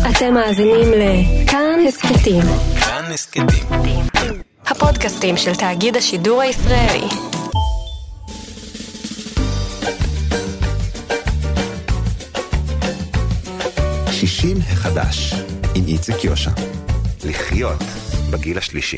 אתם מאזינים לכאן הסכתים. כאן הסכתים. הפודקאסטים של תאגיד השידור הישראלי. שישים החדש עם איציק יושע. לחיות בגיל השלישי.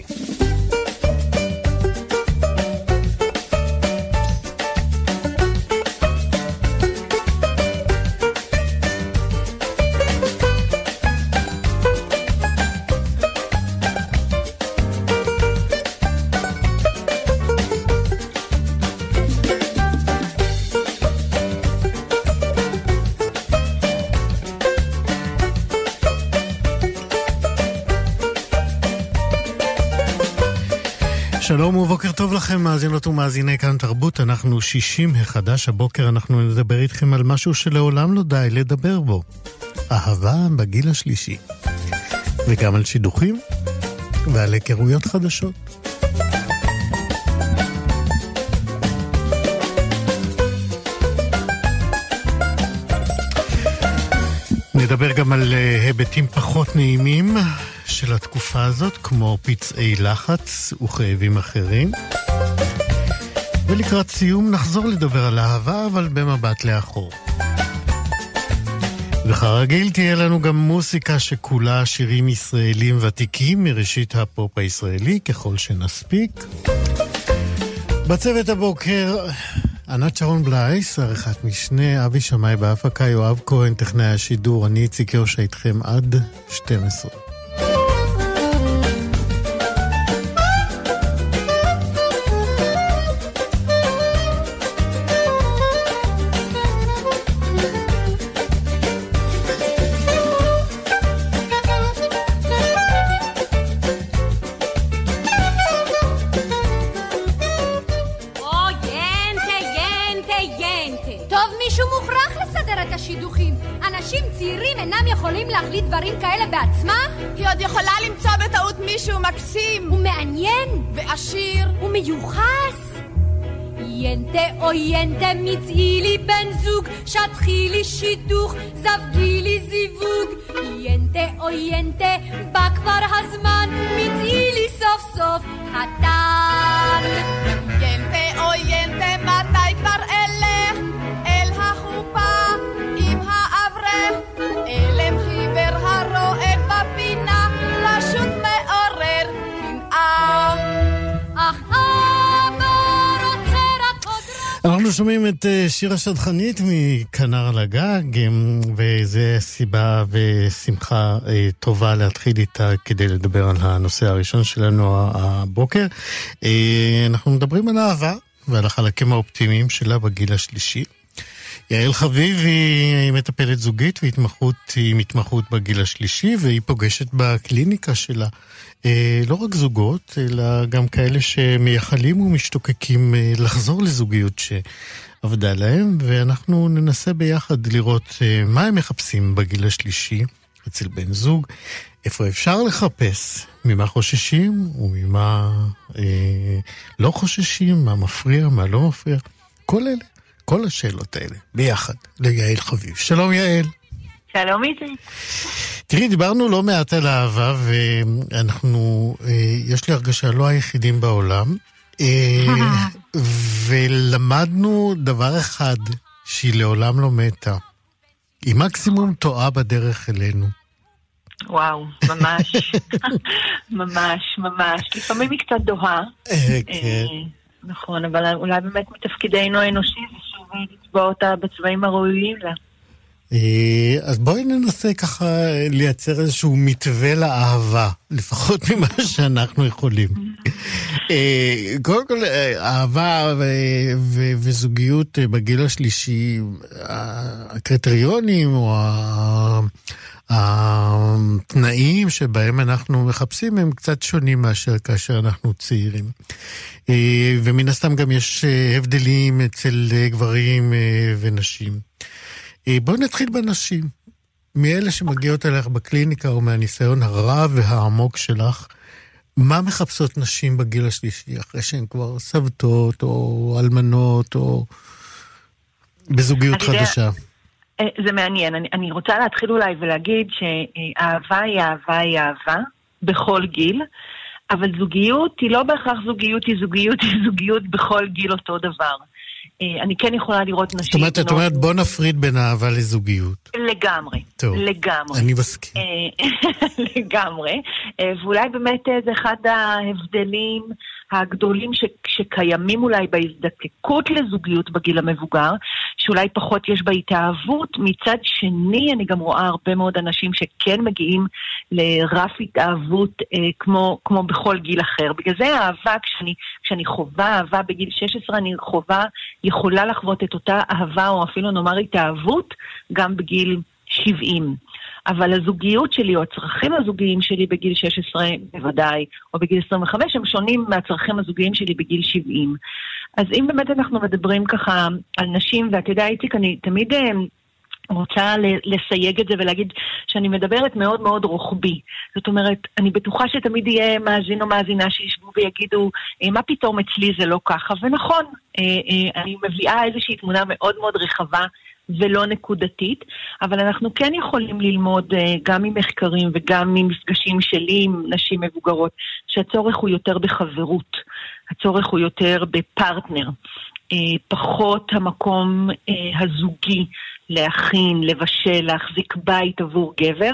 שלום ובוקר טוב לכם, מאזינות ומאזיני כאן תרבות. אנחנו 60 החדש. הבוקר אנחנו נדבר איתכם על משהו שלעולם לא די לדבר בו. אהבה בגיל השלישי. וגם על שידוכים ועל היכרויות חדשות. נדבר גם על היבטים פחות נעימים של התקופה הזאת, כמו פצעי לחץ וכאבים אחרים. ולקראת סיום נחזור לדבר על אהבה, אבל במבט לאחור. וכרגיל תהיה לנו גם מוסיקה שכולה שירים ישראלים ותיקים מראשית הפופ הישראלי, ככל שנספיק. בצוות הבוקר ענת שרון בלייס, עריכת משנה, אבי שמאי בהפקה, יואב כהן, טכנאי השידור, אני איציק יושע איתכם עד 12. להחליט דברים כאלה בעצמה? היא עוד יכולה למצוא בטעות מישהו מקסים ומעניין ועשיר ומיוחס. ינטה או ינטה מצאי לי בן זוג, שטחי לי שידוך, זבגי לי זיווג. ינטה או ינטה בא כבר הזמן, מצאי לי סוף סוף חתן. ינטה או ינטה מתי כבר אלך אל החופה עם האברך, אלם חיוור הרועד בפינה, פשוט מעורר קנאה. אך אבא רוצה רק עוד רע. אנחנו שומעים את שיר השדכנית מכנר על הגג, וזה סיבה ושמחה טובה להתחיל איתה כדי לדבר על הנושא הראשון שלנו הבוקר. אנחנו מדברים על אהבה ועל החלקים האופטימיים שלה בגיל השלישי. יעל חביב היא מטפלת זוגית והיא מתמחות בגיל השלישי, והיא פוגשת בקליניקה שלה לא רק זוגות, אלא גם כאלה שמייחלים ומשתוקקים לחזור לזוגיות שעבדה להם, ואנחנו ננסה ביחד לראות מה הם מחפשים בגיל השלישי אצל בן זוג, איפה אפשר לחפש, ממה חוששים וממה לא חוששים, מה מפריע, מה לא מפריע, כל השאלות האלה, ביחד, ליעל חביב. שלום יעל. שלום איתי. תראי, דיברנו לא מעט על אהבה, ואנחנו, יש לי הרגשה לא היחידים בעולם, ולמדנו דבר אחד, שהיא לעולם לא מתה. היא מקסימום טועה בדרך אלינו. וואו, ממש. ממש. לפעמים היא קצת דוהה. כן. נכון, אבל אולי באמת מתפקידנו האנושי זה שוב לצבוע אותה בצבעים הראויים לה. אז בואי ננסה ככה לייצר איזשהו מתווה לאהבה, לפחות ממה שאנחנו יכולים. קודם כל, אהבה וזוגיות בגיל השלישי, הקריטריונים או התנאים שבהם אנחנו מחפשים הם קצת שונים מאשר כאשר אנחנו צעירים. ומן הסתם גם יש הבדלים אצל גברים ונשים. בואו נתחיל בנשים. מאלה שמגיעות אליך בקליניקה או מהניסיון הרב והעמוק שלך, מה מחפשות נשים בגיל השלישי אחרי שהן כבר סבתות או אלמנות או בזוגיות חדשה? זה מעניין. אני רוצה להתחיל אולי ולהגיד שהאהבה היא אהבה היא אהבה, בכל גיל, אבל זוגיות היא לא בהכרח זוגיות, היא זוגיות בכל גיל אותו דבר. אני כן יכולה לראות נשים... זאת אומרת, בוא נפריד בין אהבה לזוגיות. לגמרי. טוב, לגמרי. אני מסכים. לגמרי. ואולי באמת זה אחד ההבדלים הגדולים שקיימים אולי בהזדקקות לזוגיות בגיל המבוגר, שאולי פחות יש בה התאהבות. מצד שני, אני גם רואה הרבה מאוד אנשים שכן מגיעים לרף התאהבות כמו בכל גיל אחר. בגלל זה האהבה, כשאני חובה אהבה בגיל 16, אני יכולה לחוות את אותה אהבה, או אפילו נאמר התאהבות, גם בגיל 70. אבל הזוגיות שלי, או הצרכים הזוגיים שלי בגיל 16 בוודאי, או בגיל 25, הם שונים מהצרכים הזוגיים שלי בגיל 70. אז אם באמת אנחנו מדברים ככה על נשים, ואתה יודע, איציק, אני תמיד רוצה לסייג את זה ולהגיד שאני מדברת מאוד מאוד רוחבי. זאת אומרת, אני בטוחה שתמיד יהיה מאזין או מאזינה שישבו ויגידו, מה פתאום אצלי זה לא ככה? ונכון, אני מביאה איזושהי תמונה מאוד מאוד רחבה ולא נקודתית, אבל אנחנו כן יכולים ללמוד גם ממחקרים וגם ממפגשים שלי עם נשים מבוגרות, שהצורך הוא יותר בחברות, הצורך הוא יותר בפרטנר, פחות המקום הזוגי, להכין, לבשל, להחזיק בית עבור גבר.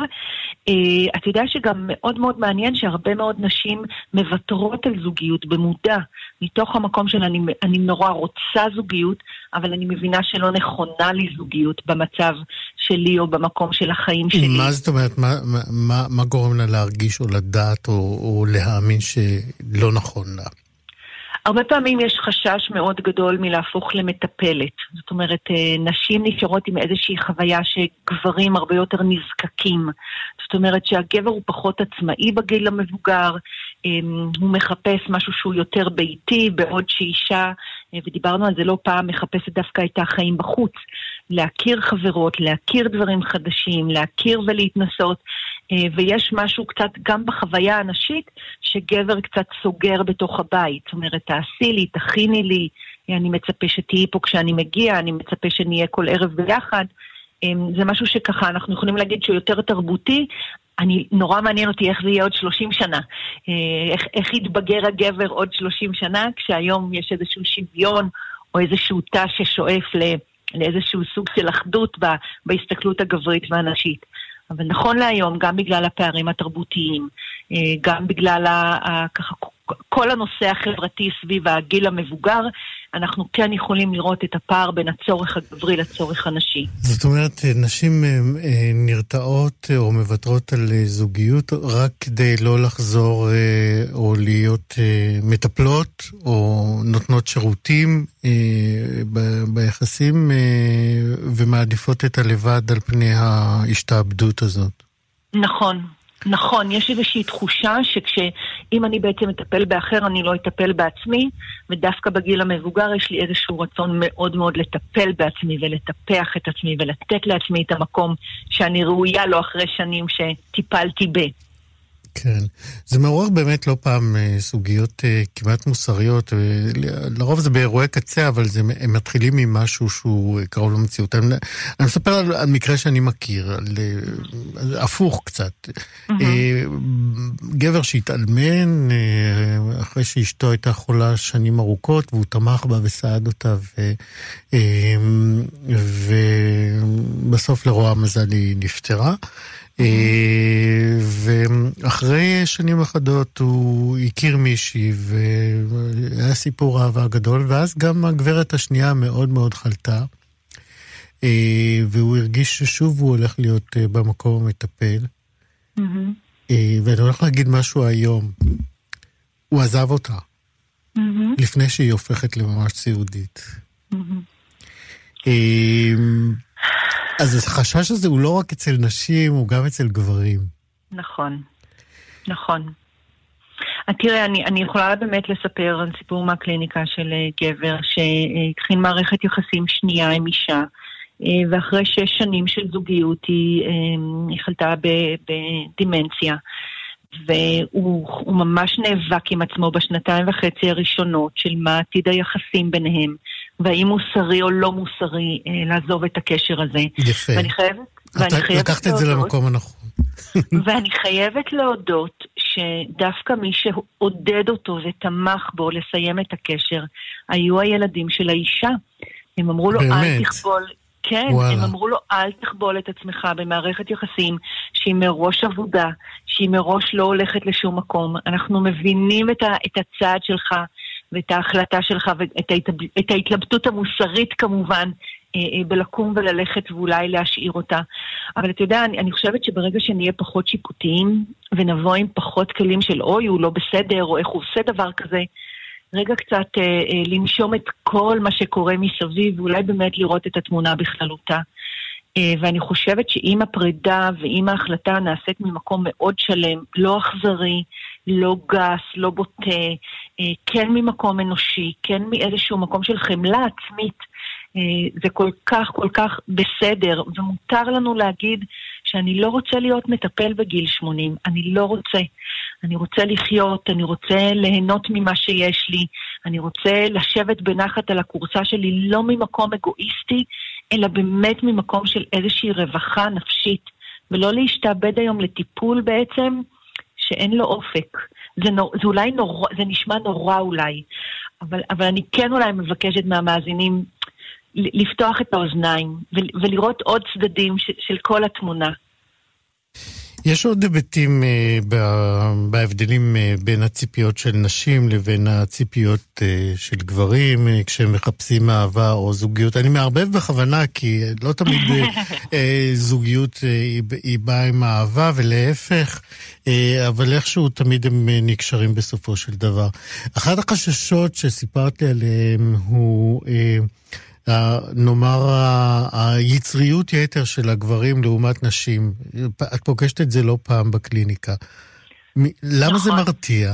אתה יודע שגם מאוד מאוד מעניין שהרבה מאוד נשים מוותרות על זוגיות במודע, מתוך המקום של אני נורא רוצה זוגיות, אבל אני מבינה שלא נכונה לי זוגיות במצב שלי או במקום של החיים שלי. מה זאת אומרת? מה גורם לה להרגיש או לדעת או להאמין שלא נכון לה? הרבה פעמים יש חשש מאוד גדול מלהפוך למטפלת. זאת אומרת, נשים נשארות עם איזושהי חוויה שגברים הרבה יותר נזקקים. זאת אומרת שהגבר הוא פחות עצמאי בגיל המבוגר, הוא מחפש משהו שהוא יותר ביתי, בעוד שאישה, ודיברנו על זה לא פעם, מחפשת דווקא את החיים בחוץ. להכיר חברות, להכיר דברים חדשים, להכיר ולהתנסות, ויש משהו קצת גם בחוויה הנשית שגבר קצת סוגר בתוך הבית. זאת אומרת, תעשי לי, תכיני לי, אני מצפה שתהיי פה כשאני מגיע, אני מצפה שנהיה כל ערב ביחד. זה משהו שככה אנחנו יכולים להגיד שהוא יותר תרבותי. אני נורא מעניין אותי איך זה יהיה עוד 30 שנה. איך יתבגר הגבר עוד 30 שנה, כשהיום יש איזשהו שוויון או איזשהו תא ששואף לאיזשהו סוג של אחדות בהסתכלות הגברית והנשית. אבל נכון להיום, גם בגלל הפערים התרבותיים, גם בגלל ככה, כל הנושא החברתי סביב הגיל המבוגר, אנחנו כן יכולים לראות את הפער בין הצורך הגברי לצורך הנשי. זאת אומרת, נשים נרתעות או מוותרות על זוגיות רק כדי לא לחזור או להיות מטפלות או נותנות שירותים ביחסים ומעדיפות את הלבד על פני ההשתעבדות הזאת. נכון. נכון, יש איזושהי תחושה שכשאם אני בעצם מטפל באחר, אני לא אטפל בעצמי, ודווקא בגיל המבוגר יש לי איזשהו רצון מאוד מאוד לטפל בעצמי ולטפח את עצמי ולתת לעצמי את המקום שאני ראויה לו אחרי שנים שטיפלתי ב. כן, זה מעורר באמת לא פעם סוגיות כמעט מוסריות, לרוב זה באירועי קצה, אבל הם מתחילים ממשהו שהוא קרוב למציאות. אני מספר על מקרה שאני מכיר, הפוך קצת. גבר שהתאלמן אחרי שאשתו הייתה חולה שנים ארוכות, והוא תמך בה וסעד אותה, ובסוף לרוע המזל היא נפטרה. ואחרי שנים אחדות הוא הכיר מישהי והיה סיפור אהבה גדול, ואז גם הגברת השנייה מאוד מאוד חלתה, והוא הרגיש ששוב הוא הולך להיות במקום המטפל. ואני הולך להגיד משהו היום, הוא עזב אותה לפני שהיא הופכת לממש סיעודית. אז החשש הזה הוא לא רק אצל נשים, הוא גם אצל גברים. נכון, נכון. תראה, אני יכולה באמת לספר על סיפור מהקליניקה של גבר שהתחיל מערכת יחסים שנייה עם אישה, ואחרי 6 שנים של זוגיות היא חלתה בדימנציה, והוא ממש נאבק עם עצמו בשנתיים וחצי הראשונות של מה עתיד היחסים ביניהם. והאם מוסרי או לא מוסרי לעזוב את הקשר הזה. יפה. לקחת את זה למקום הנכון. ואני חייבת להודות שדווקא מי שעודד אותו ותמך בו לסיים את הקשר, היו הילדים של האישה. הם אמרו לו, אל תכבול, כן, הם אמרו לו, אל תכבול את עצמך במערכת יחסים שהיא מראש עבודה, שהיא מראש לא הולכת לשום מקום. אנחנו מבינים את הצעד שלך ואת ההחלטה שלך ואת ההתלבטות המוסרית כמובן, בלקום וללכת ואולי להשאיר אותה. אבל אתה יודע, אני חושבת שברגע שנהיה פחות שיפוטיים ונבוא עם פחות כלים של אוי, הוא לא בסדר, או איך הוא עושה דבר כזה, רגע קצת לנשום את כל מה שקורה מסביב, ואולי באמת לראות את התמונה בכללותה. ואני חושבת שאם הפרידה ואם ההחלטה נעשית ממקום מאוד שלם, לא אכזרי, לא גס, לא בוטה, כן ממקום אנושי, כן מאיזשהו מקום של חמלה עצמית, זה כל כך בסדר, ומותר לנו להגיד שאני לא רוצה להיות מטפל בגיל 80, אני לא רוצה. אני רוצה לחיות, אני רוצה ליהנות ממה שיש לי, אני רוצה לשבת בנחת על הקורסה שלי, לא ממקום אגואיסטי, אלא באמת ממקום של איזושהי רווחה נפשית, ולא להשתעבד היום לטיפול בעצם שאין לו אופק. זה אולי נורא, זה נשמע נורא אולי, אבל אני כן אולי מבקשת מהמאזינים לפתוח את האוזניים ולראות עוד צדדים של כל התמונה. יש עוד היבטים בהבדלים בין הציפיות של נשים לבין הציפיות של גברים כשהם מחפשים אהבה או זוגיות. אני מערבב בכוונה כי לא תמיד זוגיות היא באה עם אהבה ולהפך, אבל איכשהו תמיד הם נקשרים בסופו של דבר. אחד החששות שסיפרת לי עליהם הוא נאמר היצריות יתר של הגברים לעומת נשים. את פוגשת את זה לא פעם בקליניקה. למה זה מרתיע?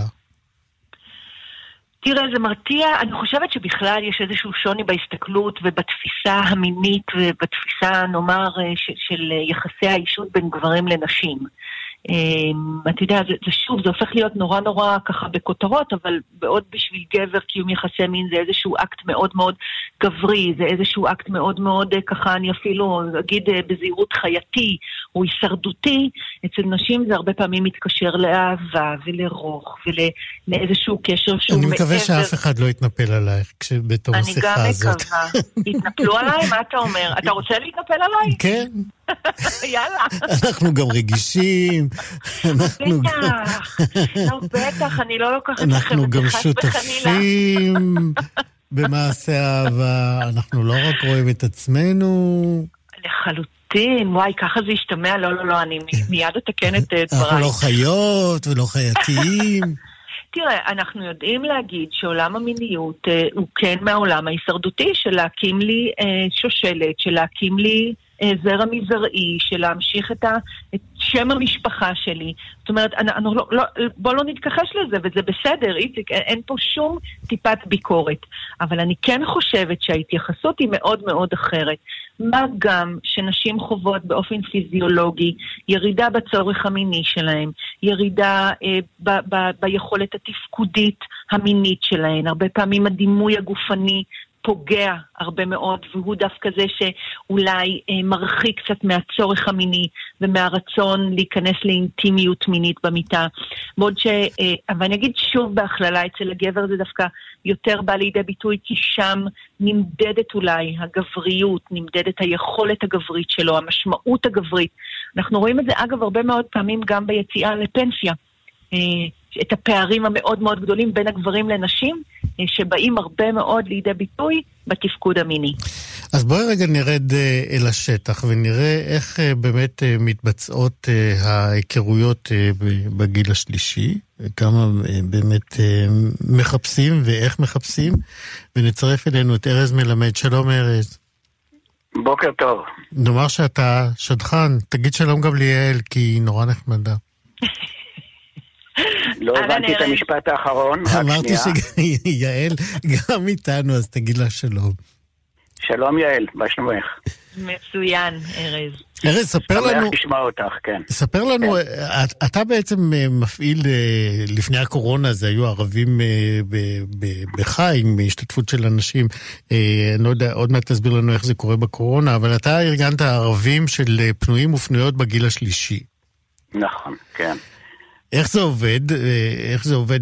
תראה, זה מרתיע. אני חושבת שבכלל יש איזשהו שוני בהסתכלות ובתפיסה המינית ובתפיסה, נאמר, של יחסי האישות בין גברים לנשים. אתה יודע, זה שוב, זה הופך להיות נורא ככה בכותרות, אבל בעוד בשביל גבר קיום יחסי מין זה איזשהו אקט מאוד מאוד גברי, זה איזשהו אקט מאוד מאוד ככה, אני אפילו אגיד בזהירות חייתי או הישרדותי. אצל נשים זה הרבה פעמים מתקשר לאהבה ולרוך ולאיזשהו קשר שהוא אני מקווה שאף אחד לא יתנפל עלייך בתום השיחה הזאת. אני גם מקווה. יתנפלו עליי? מה אתה אומר? אתה רוצה להתנפל עליי? כן. יאללה. אנחנו גם רגישים. בטח, אני לא לוקחת לכם אנחנו גם שותפים במעשה אהבה, אנחנו לא רק רואים את עצמנו. לחלוטין, וואי, ככה זה ישתמע, לא, אני מיד אתקן את דבריי. אנחנו לא חיות ולא חייתיים. תראה, אנחנו יודעים להגיד שעולם המיניות הוא כן מהעולם ההישרדותי, של להקים לי שושלת, של להקים לי זרע מזרעי, של להמשיך את שם המשפחה שלי. זאת אומרת, בוא לא נתכחש לזה, וזה בסדר, איציק, אין פה שום טיפת ביקורת. אבל אני כן חושבת שההתייחסות היא מאוד מאוד אחרת. מה גם שנשים חוות באופן פיזיולוגי, ירידה בצורך המיני שלהם, ירידה ביכולת התפקודית המינית שלהם, הרבה פעמים הדימוי הגופני פוגע הרבה מאוד, והוא דווקא זה שאולי מרחיק קצת מהצורך המיני ומהרצון להיכנס לאינטימיות מינית במיטה. אבל אני אגיד שוב בהכללה, אצל הגבר זה דווקא יותר בא לידי ביטוי, כי שם נמדדת אולי הגבריות, נמדדת היכולת הגברית שלו, המשמעות הגברית. אנחנו רואים את זה אגב הרבה מאוד פעמים גם ביציאה לפנסיה. את הפערים המאוד מאוד גדולים בין הגברים לנשים, שבאים הרבה מאוד לידי ביטוי בתפקוד המיני. אז בואי רגע נרד אל השטח ונראה איך באמת מתבצעות ההיכרויות בגיל השלישי, כמה באמת מחפשים ואיך מחפשים, ונצרף אלינו את ארז מלמד. שלום ארז. בוקר טוב. נאמר שאתה שדכן, תגיד שלום גם ליעל, כי היא נורא נחמדה. לא הבנתי את המשפט האחרון. אמרתי שיעל גם איתנו, אז תגיד לה שלום. שלום יעל, מה שלומך? מצוין, ארז. ארז, ספר לנו... שמח לשמוע אותך, כן. ספר לנו, אתה בעצם מפעיל, לפני הקורונה, זה היו ערבים בחי, עם השתתפות של אנשים, אני לא יודע, עוד מעט תסביר לנו איך זה קורה בקורונה, אבל אתה ארגנת ערבים של פנויים ופנויות בגיל השלישי. נכון, כן. איך זה עובד? איך זה עובד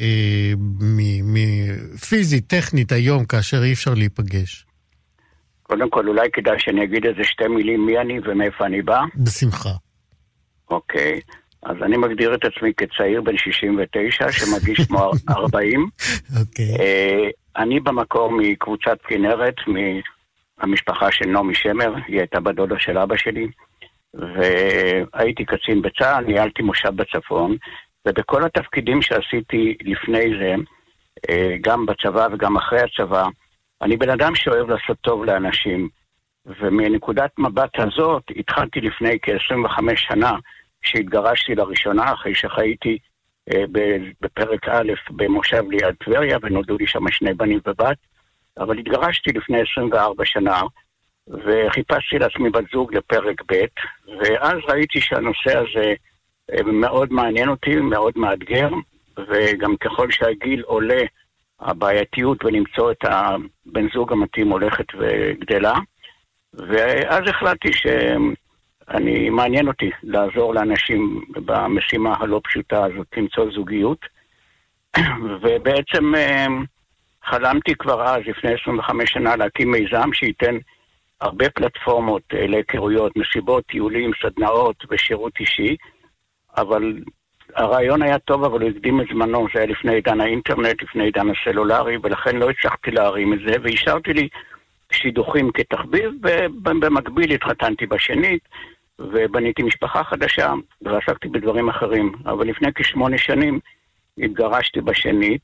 פיזית, טכנית היום, כאשר אי אפשר להיפגש? קודם כל, אולי כדאי שאני אגיד איזה שתי מילים מי אני ומאיפה אני בא. בשמחה. אוקיי, אז אני מגדיר את עצמי כצעיר בן 69, שמגיש כמו 40. אוקיי. אני במקור מקבוצת כנרת, מהמשפחה של נעמי שמר, היא הייתה בדודה של אבא שלי, והייתי קצין בצה"ל, ניהלתי מושב בצפון, ובכל התפקידים שעשיתי לפני זה, גם בצבא וגם אחרי הצבא, אני בן אדם שאוהב לעשות טוב לאנשים, ומנקודת מבט הזאת התחלתי לפני כ-25 שנה, שהתגרשתי לראשונה, אחרי שחייתי בפרק א' במושב ליד טבריה, ונולדו לי שם שני בנים ובת, אבל התגרשתי לפני 24 שנה, וחיפשתי לעצמי בת זוג לפרק ב', ואז ראיתי שהנושא הזה מאוד מעניין אותי, מאוד מאתגר, וגם ככל שהגיל עולה, הבעייתיות ולמצוא את הבן זוג המתאים הולכת וגדלה, ואז החלטתי שאני מעניין אותי לעזור לאנשים במשימה הלא פשוטה הזאת, למצוא זוגיות, ובעצם חלמתי כבר אז, לפני 25 שנה, להקים מיזם שייתן הרבה פלטפורמות להיכרויות, מסיבות, טיולים, סדנאות ושירות אישי, אבל הרעיון היה טוב, אבל הוא הקדים את זמנו, זה היה לפני עידן האינטרנט, לפני עידן הסלולרי, ולכן לא הצלחתי להרים את זה, והשארתי לי שידוכים כתחביב, ובמקביל התחתנתי בשנית, ובניתי משפחה חדשה, ועסקתי בדברים אחרים. אבל לפני כ8 שנים התגרשתי בשנית,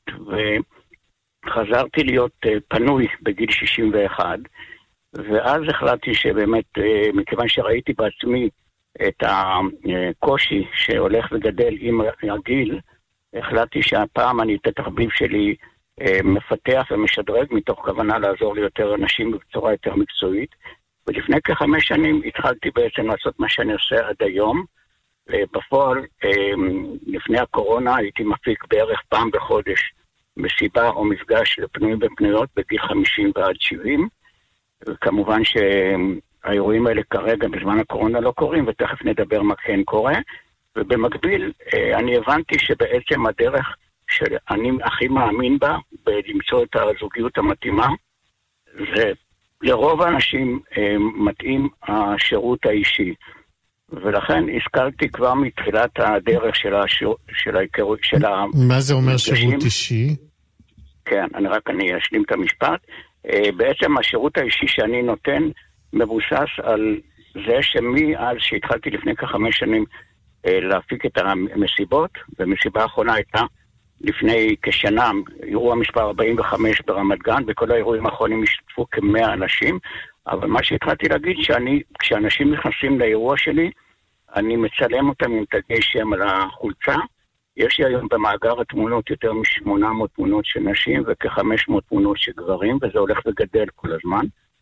וחזרתי להיות פנוי בגיל 61, ואז החלטתי שבאמת, מכיוון שראיתי בעצמי את הקושי שהולך וגדל עם הגיל, החלטתי שהפעם אני את התחביב שלי מפתח ומשדרג מתוך כוונה לעזור ליותר אנשים בצורה יותר מקצועית, ולפני כ5 שנים התחלתי בעצם לעשות מה שאני עושה עד היום. בפועל, לפני הקורונה הייתי מפיק בערך פעם בחודש מסיבה או מפגש לפנויים ופנויות בגיל 50 ועד 70, וכמובן האירועים האלה כרגע בזמן הקורונה לא קורים, ותכף נדבר מה כן קורה. ובמקביל אני הבנתי שבעצם הדרך שאני הכי מאמין בה, בלמצוא את הזוגיות המתאימה, זה לרוב האנשים מתאים השירות האישי. ולכן הזכרתי כבר מתחילת הדרך של ההיכרות, מה זה אומר שירות אישי? כן, אני אשלים את המשפט. בעצם השירות האישי שאני נותן, מבוסס על זה שמאז שהתחלתי לפני כ5 שנים להפיק את המסיבות, ומסיבה האחרונה הייתה לפני כשנה, אירוע מספר 45 ברמת גן, וכל האירועים האחרונים השתתפו כ100 אנשים, אבל מה שהתחלתי להגיד, כשאנשים נכנסים לאירוע שלי, אני מצלם אותם עם תגי שם על החולצה. יש לי היום במאגר התמונות יותר מ800 תמונות של נשים, וכ500 תמונות של גברים, וזה הולך וגדל כל הזמן.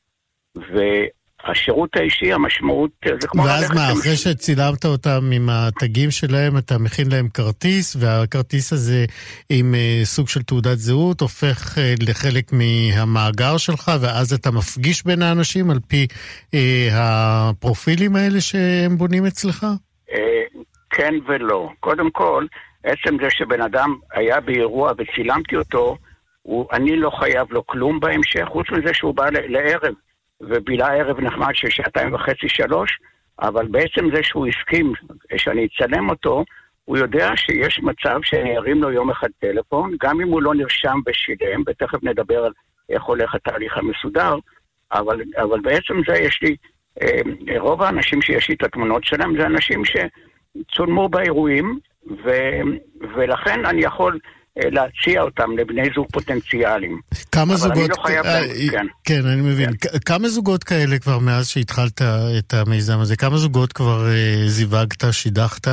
והשירות האישי, המשמעות, זה כמו... ואז מה, אחרי שצילמת אותם עם התגים שלהם, אתה מכין להם כרטיס, והכרטיס הזה עם סוג של תעודת זהות, הופך לחלק מהמאגר שלך, ואז אתה מפגיש בין האנשים על פי הפרופילים האלה שהם בונים אצלך? כן ולא. קודם כל, עצם זה שבן אדם היה באירוע וצילמתי אותו, אני לא חייב לו כלום בהמשך, חוץ מזה שהוא בא לערב, ובילה ערב נחמד של 2.5-3, אבל בעצם זה שהוא הסכים שאני אצלם אותו, הוא יודע שיש מצב שאני ארים לו יום אחד טלפון, גם אם הוא לא נרשם בשילם, ותכף נדבר על איך הולך התהליך המסודר, אבל בעצם זה יש לי, רוב האנשים שיש לי את התמונות שלהם, זה אנשים שצולמו באירועים, ולכן אני יכול להציע אותם לבני זוג פוטנציאליים. כמה זוגות... אני לא חייב להם, כן, אני מבין. כמה זוגות כאלה כבר מאז שהתחלת את המיזם הזה? כמה זוגות כבר זיווגת, שידכת?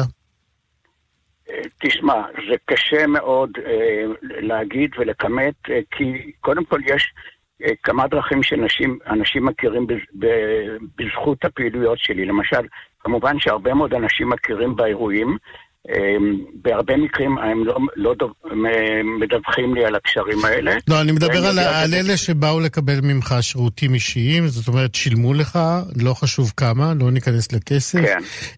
תשמע, זה קשה מאוד להגיד ולכמת, כי קודם כל יש כמה דרכים שאנשים מכירים בזכות הפעילויות שלי. למשל, כמובן שהרבה מאוד אנשים מכירים באירועים, בהרבה מקרים הם לא מדווחים לי על הקשרים האלה. לא, אני מדבר על אלה שבאו לקבל ממך שירותים אישיים, זאת אומרת שילמו לך, לא חשוב כמה, לא ניכנס לכסף, כן.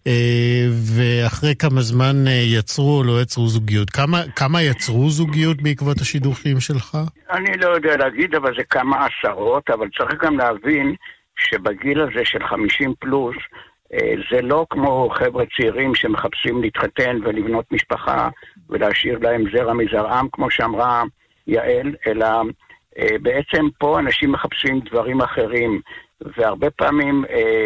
ואחרי כמה זמן יצרו או לא יצרו זוגיות. כמה יצרו זוגיות בעקבות השידוכים שלך? אני לא יודע להגיד, אבל זה כמה עשרות, אבל צריך גם להבין שבגיל הזה של 50 פלוס, זה לא כמו חבר'ה צעירים שמחפשים להתחתן ולבנות משפחה ולהשאיר להם זרע מזרעם, כמו שאמרה יעל, אלא בעצם פה אנשים מחפשים דברים אחרים, והרבה פעמים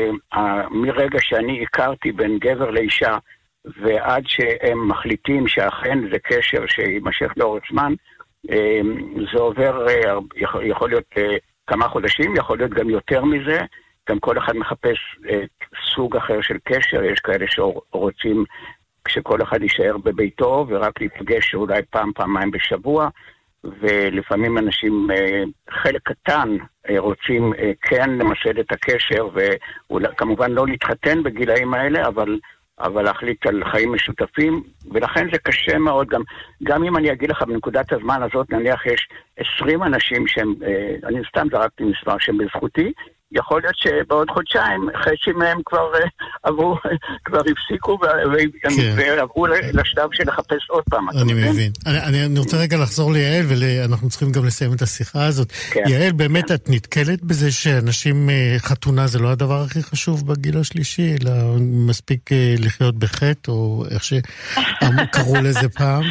מרגע שאני הכרתי בין גבר לאישה ועד שהם מחליטים שאכן זה קשר שימשך לאורך זמן, זה עובר, יכול להיות כמה חודשים, יכול להיות גם יותר מזה. גם כל אחד מחפש סוג אחר של קשר, יש כאלה שרוצים שכל אחד יישאר בביתו ורק להיפגש אולי פעמיים בשבוע, ולפעמים אנשים, חלק קטן, רוצים כן למסד את הקשר, וכמובן לא להתחתן בגילאים האלה, אבל להחליט על חיים משותפים, ולכן זה קשה מאוד, גם אם אני אגיד לך בנקודת הזמן הזאת, נניח יש 20 אנשים שהם, אני סתם זרקתי מספר שהם בזכותי, יכול להיות שבעוד חודשיים, חצי מהם כבר עברו, כבר הפסיקו ועברו לשלב של לחפש עוד פעם. אני מבין. אני רוצה רגע לחזור ליעל, ואנחנו צריכים גם לסיים את השיחה הזאת. יעל, באמת את נתקלת בזה שאנשים, חתונה זה לא הדבר הכי חשוב בגיל השלישי, אלא מספיק לחיות בחטא, או איך שקראו לזה פעם?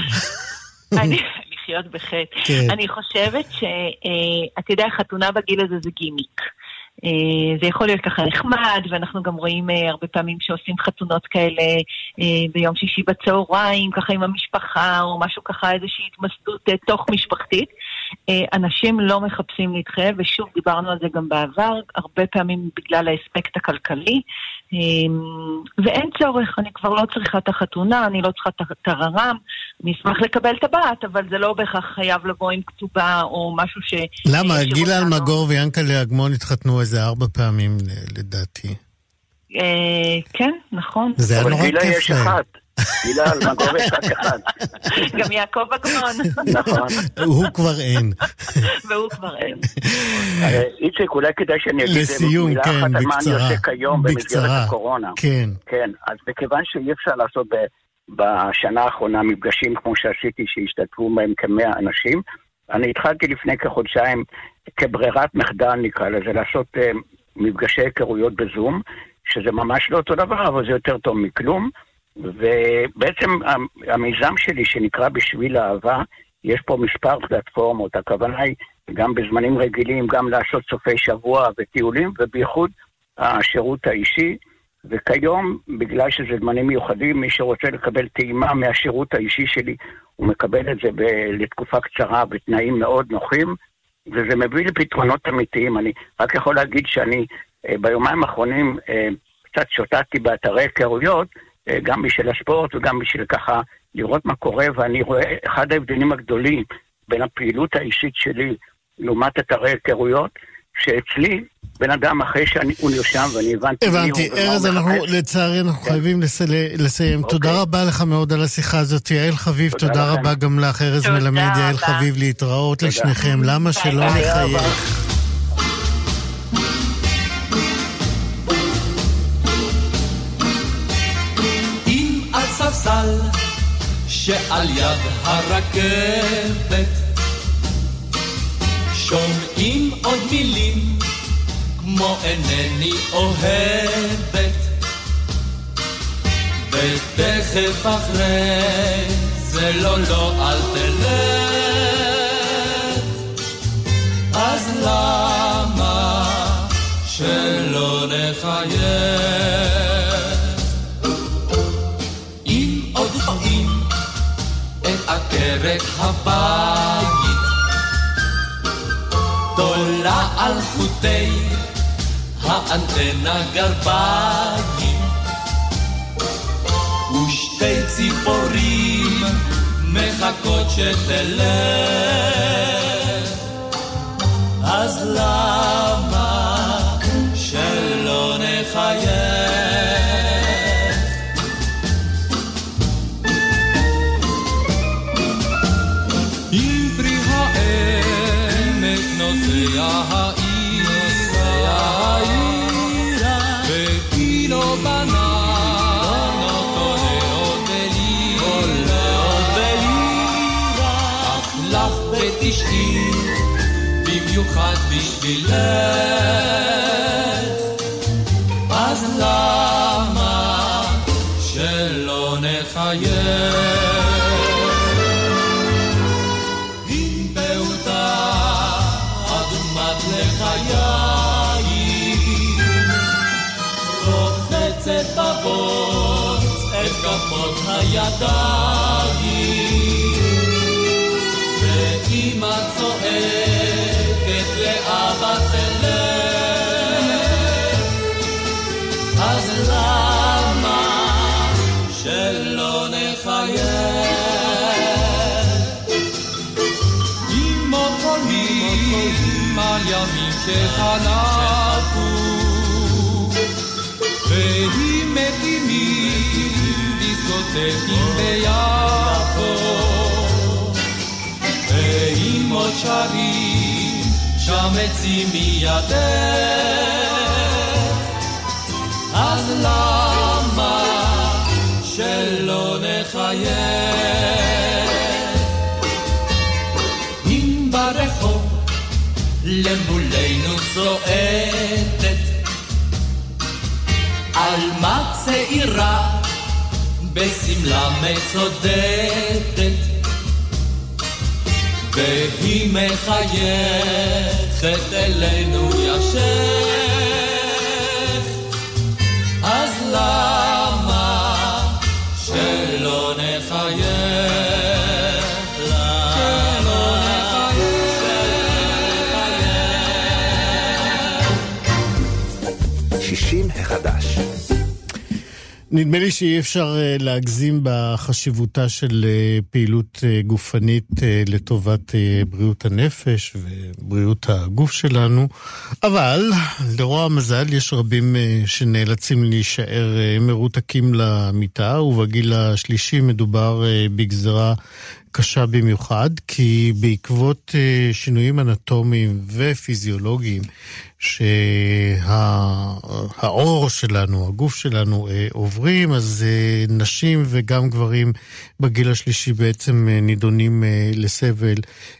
לחיות בחטא. אני חושבת שאת יודע, חתונה בגיל הזה זה גימיק. זה יכול להיות ככה נחמד, ואנחנו גם רואים הרבה פעמים שעושים חתונות כאלה ביום שישי בצהריים, ככה עם המשפחה, או משהו ככה, איזושהי התמסדות תוך משפחתית. אנשים לא מחפשים להתחייב, ושוב דיברנו על זה גם בעבר, הרבה פעמים בגלל האספקט הכלכלי, ואין צורך, אני כבר לא צריכה את החתונה, אני לא צריכה את הררם, אני אשמח לקבל את הבת, אבל זה לא בהכרח חייב לבוא עם כתובה או משהו ש... למה? גילה אלמגור ויענקל'ה אגמון התחתנו איזה 4 פעמים לדעתי. כן, נכון. זה היה נורא כיף להם. גילה אלמגור יש רק אחד. גם יעקב אגמון. נכון. הוא כבר אין. והוא כבר אין. איציק, אולי כדאי שאני אגיד מילה אחת על מה אני עושה כיום במסגרת הקורונה. כן. כן, אז בכיוון שאי אפשר לעשות בשנה האחרונה מפגשים כמו שעשיתי שהשתתפו בהם כ100 אנשים, אני התחלתי לפני כחודשיים כברירת מחדל נקרא לזה, לעשות מפגשי היכרויות בזום, שזה ממש לא אותו דבר, אבל זה יותר טוב מכלום, ובעצם המיזם שלי שנקרא בשביל האהבה, יש פה מספר פלטפורמות, הכוונה היא גם בזמנים רגילים, גם לעשות סופי שבוע וטיולים, ובייחוד השירות האישי, וכיום, בגלל שזה זמנים מיוחדים, מי שרוצה לקבל טעימה מהשירות האישי שלי, הוא מקבל את זה לתקופה קצרה, בתנאים מאוד נוחים, וזה מביא לפתרונות אמיתיים. אני רק יכול להגיד שאני ביומיים האחרונים קצת שוטטתי באתרי היכרויות, גם בשביל הספורט וגם בשביל ככה לראות מה קורה, ואני רואה אחד ההבדלים הגדולים בין הפעילות האישית שלי לעומת אתרי היכרויות, שאצלי בן אדם אחרי שהוא נרשם ואני הבנתי, ארז, אנחנו לצערי אנחנו חייבים לסיים. תודה רבה לך מאוד על השיחה הזאת, יעל חביב, תודה רבה גם לך, ארז מלמד, יעל חביב, להתראות לשניכם, למה שלא נחייך. אם על ספסל שעל יד הרכבת שומעים עוד מילים כמו אינני אוהבת, ותכף אחרי זה לא אל תלך, אז למה שלא נחייך? אם עוד רואים את עקרת הבית תולה על חוטי האנטנה גרביים, ושתי ציפורים מחכות שתלך, אז למה שלא נחייך? עם פרי העמק נוסע העירה, ואילו בנות עולות ולירה, אך לך ב90 במיוחד בשבילך, אז למה שלא נחייך? עם פעוטה אדומת לחיים, רוחצת בבוץ את כפות הידיים, ואמא צועקת לאבא תלך, אז למה שלא נחייך? אמא חולים על ימים שחלפו, והיא מקימים דיסקוטקים ביפו, ועם עוד שרים שם עצים מידך, אז למה שלא נחייך? אם ברחוב למולנו צועדת עלמה צעירה בסמלה מצודדת, והיא מחייכת אלינו ישך, אז למה שלא נחייך? שלא נחייך. 60 החדש. נדמה לי שאי אפשר להגזים בחשיבותה של פעילות גופנית לטובת בריאות הנפש ובריאות הגוף שלנו, אבל לרוע המזל יש רבים שנאלצים להישאר מרותקים למיטה, ובגיל השלישי מדובר בגזרה קשה במיוחד, כי בעקבות שינויים אנטומיים ופיזיולוגיים שהאור שלנו, הגוף שלנו עוברים, אז נשים וגם גברים בגיל השלישי בעצם נידונים לסבל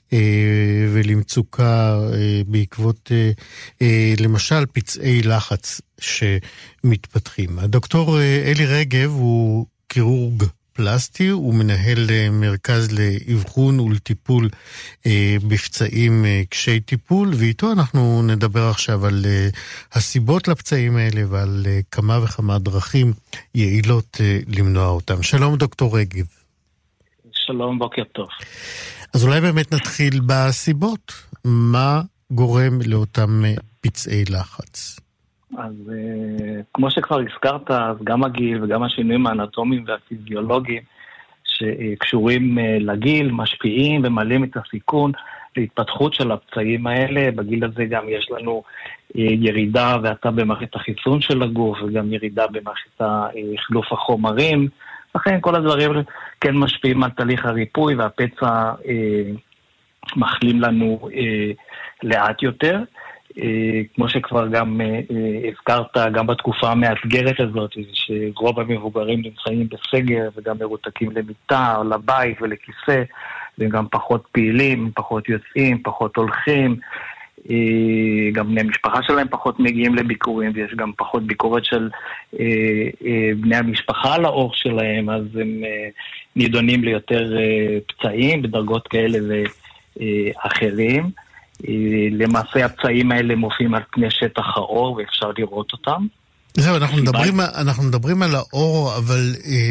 ולמצוקה בעקבות למשל פצעי לחץ שמתפתחים. הדוקטור אלי רגב הוא כירורג פלסטי, הוא מנהל מרכז לאבחון ולטיפול בפצעים קשי טיפול, ואיתו אנחנו נדבר עכשיו על הסיבות לפצעים האלה ועל כמה וכמה דרכים יעילות למנוע אותם. שלום דוקטור רגב. שלום, בוקר טוב. אז אולי באמת נתחיל בסיבות. מה גורם לאותם פצעי לחץ? אז כמו שכבר הזכרת, אז גם הגיל וגם השינויים האנטומיים והפיזיולוגיים שקשורים לגיל משפיעים ומעלים את הסיכון להתפתחות של הפצעים האלה. בגיל הזה גם יש לנו ירידה והאטה במערכת החיסון של הגוף, וגם ירידה במערכת חילוף החומרים. לכן כל הדברים כן משפיעים על תהליך הריפוי, והפצע מחלים לנו לאט יותר. כמו שכבר גם הזכרת, גם בתקופה המאתגרת הזאת, שרוב המבוגרים נמצאים בסגר וגם מרותקים למיטה או לבית ולכיסא, והם גם פחות פעילים, פחות יוצאים, פחות הולכים, גם בני המשפחה שלהם פחות מגיעים לביקורים, ויש גם פחות ביקורת של בני המשפחה על האור שלהם, אז הם נידונים ליותר פצעים בדרגות כאלה ואחרים. למעשה הפצעים האלה מופיעים על פני שטח האור, ואפשר לראות אותם. זהו, אנחנו מדברים על האור, אבל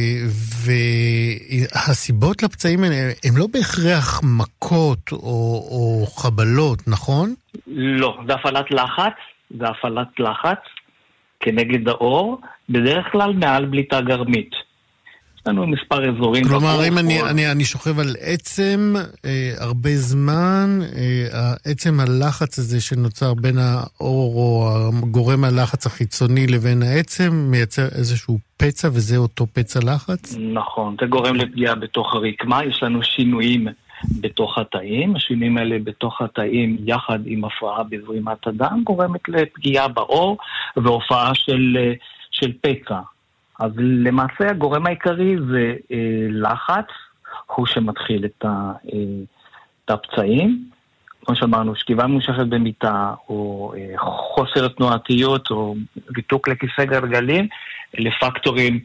והסיבות לפצעים האלה הם לא בהכרח מכות או חבלות, נכון? לא, זה הפעלת לחץ כנגד האור, בדרך כלל מעל בליטה גרמית. לנו מספר אזורים. כלומר, אם אני שוכב על עצם הרבה זמן, עצם הלחץ הזה שנוצר בין האור או גורם הלחץ החיצוני לבין העצם, מייצר איזשהו פצע, וזה אותו פצע לחץ? נכון, זה גורם לפגיעה בתוך הרקמה, יש לנו שינויים בתוך התאים, השינויים האלה בתוך התאים יחד עם הפרעה בזרימת הדם, גורמת לפגיעה באור והופעה של פצע. אז למעשה הגורם העיקרי זה לחץ, הוא שמתחיל את הפצעים. כמו שאמרנו, שכיבה ממושכת במיטה, או חוסר תנועתיות, או ריתוק לכיסא גלגלים, אלה פקטורים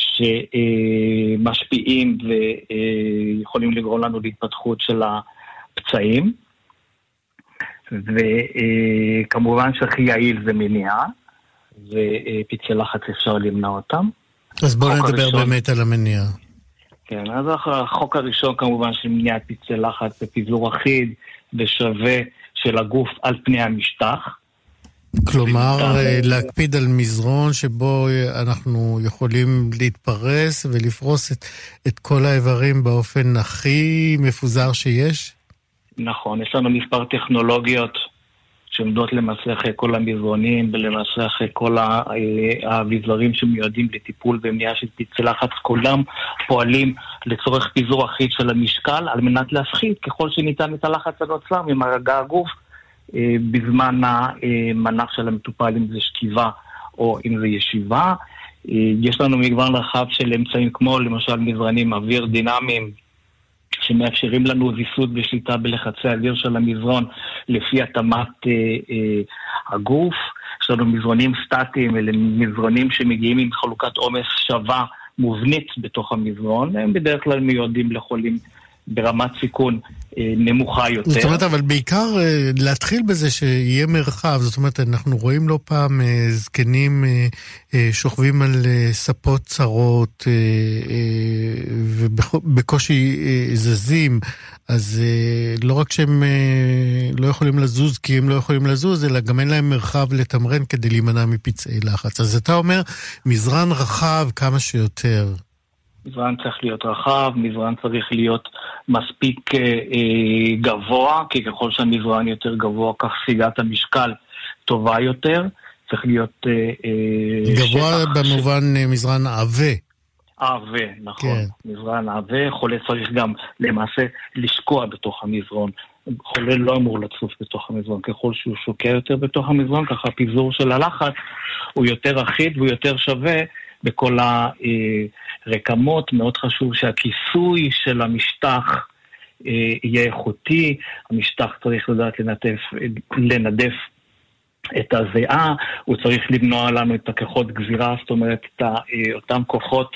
שמשפיעים ויכולים לגרום לנו להתפתחות של הפצעים. וכמובן שהכי יעיל זה מניעה, ופצעי לחץ אפשר למנוע אותם. אז בואו נדבר באמת על המניעה. כן, אז החוק הראשון כמובן של מניעת פצעי לחץ זה פיזור אחיד ושווה של הגוף על פני המשטח. כלומר, להקפיד על מזרון שבו אנחנו יכולים להתפרס ולפרוס את כל האיברים באופן הכי מפוזר שיש? נכון, יש לנו מספר טכנולוגיות שעומדות למעשה אחרי כל המזרונים ולמעשה אחרי כל האביזרים שמיועדים לטיפול ומניעה של פצעי לחץ, כולם פועלים לצורך פיזור אחיד של המשקל על מנת להפחית ככל שניתן את הלחץ הנוצר ממרגע הגוף בזמן המנח של המטופל, אם זה שכיבה או אם זה ישיבה. יש לנו מגוון רחב של אמצעים כמו למשל מזרנים אוויר דינמיים שמאפשרים לנו ויסות ושליטה בלחצי האוויר של המזרון לפי התאמת הגוף. יש לנו מזרונים סטטיים, אלה מזרונים שמגיעים עם חלוקת עומס שווה מובנית בתוך המזרון, הם בדרך כלל מיועדים לחולים ברמת סיכון נמוכה יותר. זאת אומרת, אבל בעיקר להתחיל בזה שיהיה מרחב, זאת אומרת, אנחנו רואים לא פעם זקנים שוכבים על ספות צרות ובקושי זזים, אז לא רק שהם לא יכולים לזוז כי הם לא יכולים לזוז, אלא גם אין להם מרחב לתמרן כדי להימנע מפצעי לחץ. אז אתה אומר, מזרן רחב כמה שיותר. מזרן צריך להיות רחב, מזרן צריך להיות מספיק גבוה, כי ככל שהמזרן יותר גבוה, כך ספיגת המשקל טובה יותר. צריך להיות גבוה במובן מזרן עבה. עבה, נכון. כן. מזרן עבה, חולה צריך גם למעשה לשקוע בתוך המזרון. חולה לא אמור לצוף בתוך המזרון. ככל שהוא שוקע יותר בתוך המזרון, ככה הפיזור של הלחץ הוא יותר אחיד והוא יותר שווה בכל הרקמות. מאוד חשוב שהכיסוי של המשטח יהיה איכותי. המשטח צריך לדעת לנדף את הזיעה, הוא צריך למנוע לנו את הכוחות גזירה, זאת אומרת את אותם כוחות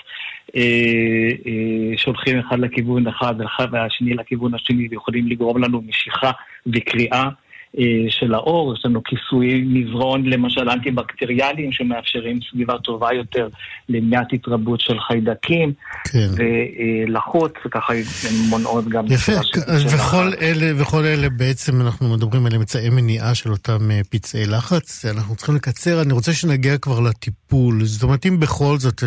שהולכים אחד לכיוון אחד והשני לכיוון השני ויכולים לגרום לנו משיכה וקריאה של האור. יש לנו כיסוי מזרון למשל אנטי-בקטריאליים שמאפשרים סביבה טובה יותר למניעת התרבות של חיידקים ולחוץ, וככה הן מונעות גם יפה, וכל אלה בעצם אנחנו מדברים על אמצעי מניעה של אותם פצעי לחץ. אנחנו צריכים לקצר, אני רוצה שנגיע כבר לטיפול. זאת אומרת, אם בכל זאת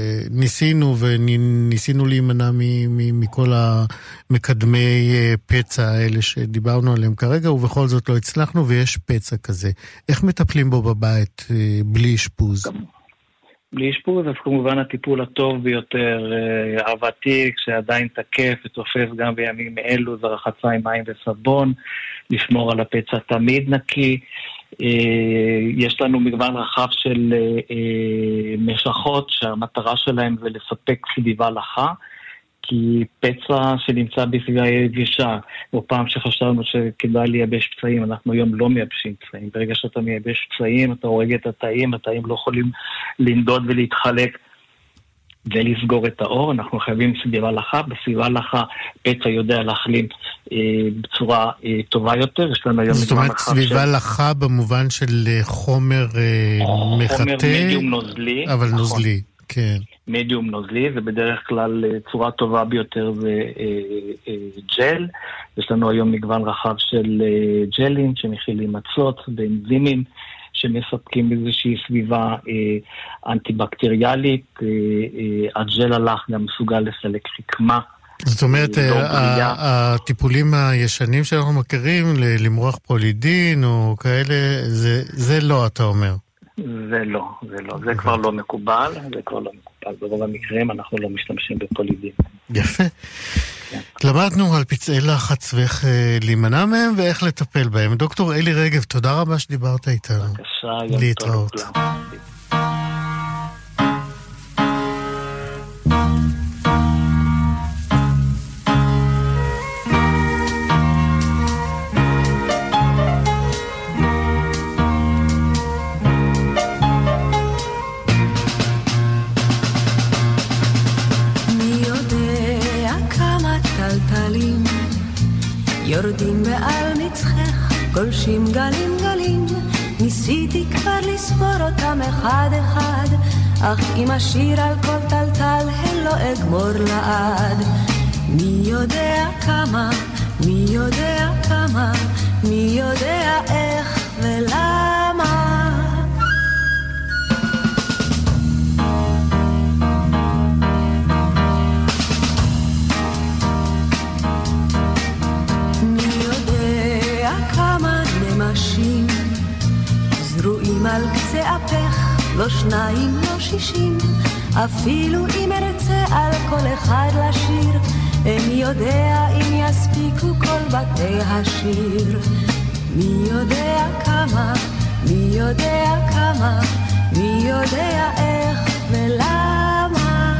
ניסינו להימנע מכל המקדמי פצע האלה שדיברנו עליהם כרגע, ובכל זאת לא הצלחנו ויש פצע כזה. איך מטפלים בו בבית בלי אשפוז? בלי אשפוז, אז כמובן הטיפול הטוב ביותר, הוותיק, שעדיין תקף ותופס גם בימים אלו, זה רחצה עם מים וסבון, לשמור על הפצע תמיד נקי. יש לנו מגוון רחב של משחות שהמטרה שלהם זה לספק סביבה לחה, כי פצע שנמצא בסביבה יבשה, או פעם שחשבנו שכדאי לייבש פצעים, אנחנו היום לא מייבשים פצעים. ברגע שאתה מייבש פצעים, אתה הורג את התאים, התאים לא יכולים לנדוד ולהתחלק ולסגור את האור. אנחנו חייבים סביבה לחה, בסביבה לחה פצע יודע להחלים בצורה טובה יותר. יש לנו היום זאת אומרת סביבה לחה במובן של חומר מחטא, חומר מדיום נוזלי, אבל נכון. נוזלי, כן. מדיום נוזלי, זה בדרך כלל צורה טובה ביותר זה ג'ל. יש לנו היום מגוון רחב של ג'לים שמכילים מצות ואנזימים שמספקים איזושהי סביבה אנטי-בקטריאלית. הג'ל הלך גם מסוגל לסלק רקמה. זאת אומרת, הטיפולים הישנים שאנחנו מכירים, למרוח פרולידין או כאלה, זה לא, אתה אומר. זה לא. זה כבר לא מקובל, ברוב המקרים אנחנו לא משתמשים בפרולידין. יפה. למדנו על פצעי לחץ ואיך להימנע מהם ואיך לטפל בהם. דוקטור אלי רגב, תודה רבה שדיברת איתנו. בבקשה, להתראות. יורדים בעל מצחך, גולשים גלים גלים, ניסיתי כבר לספור אותם אחד אחד, אך אם אשיר על כל טלטל, לא אגמור לעד. מי יודע כמה, מי יודע כמה, מי יודע איך ולמה. זרועים על קצה אפך, לא 2, לא 60, אפילו אם ארצה על כל אחד לשיר, אין יודע אם יספיקו כל בתי השיר. מי יודע כמה, מי יודע כמה, מי יודע איך ולמה.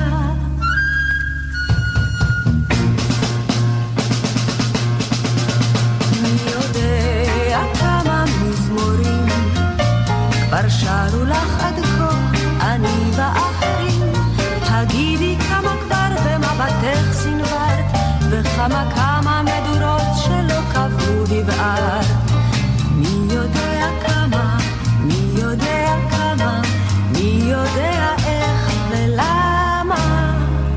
מי יודע כמה מזמורים כבר שרו לך עד כה, אני ואחרים, הגידי כמה כבר במבטך סנברת, וכמה מדורות שלא קבעו דבער. מי יודע כמה, מי יודע כמה, מי יודע איך ולמה.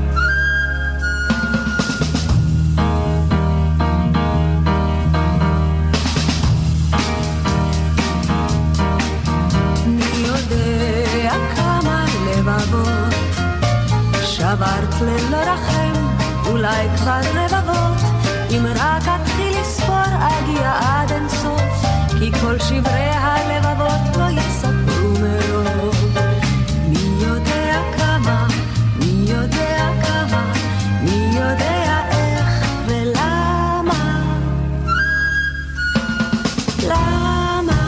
שברת ללא רחם, אולי כבר רבבות, אם רק אתחיל לספור אגיע עד אין סוף, כי כל שברי הלבבות לא יספרו מרוב. מי יודע כמה, מי יודע כמה, מי יודע איך ולמה. למה?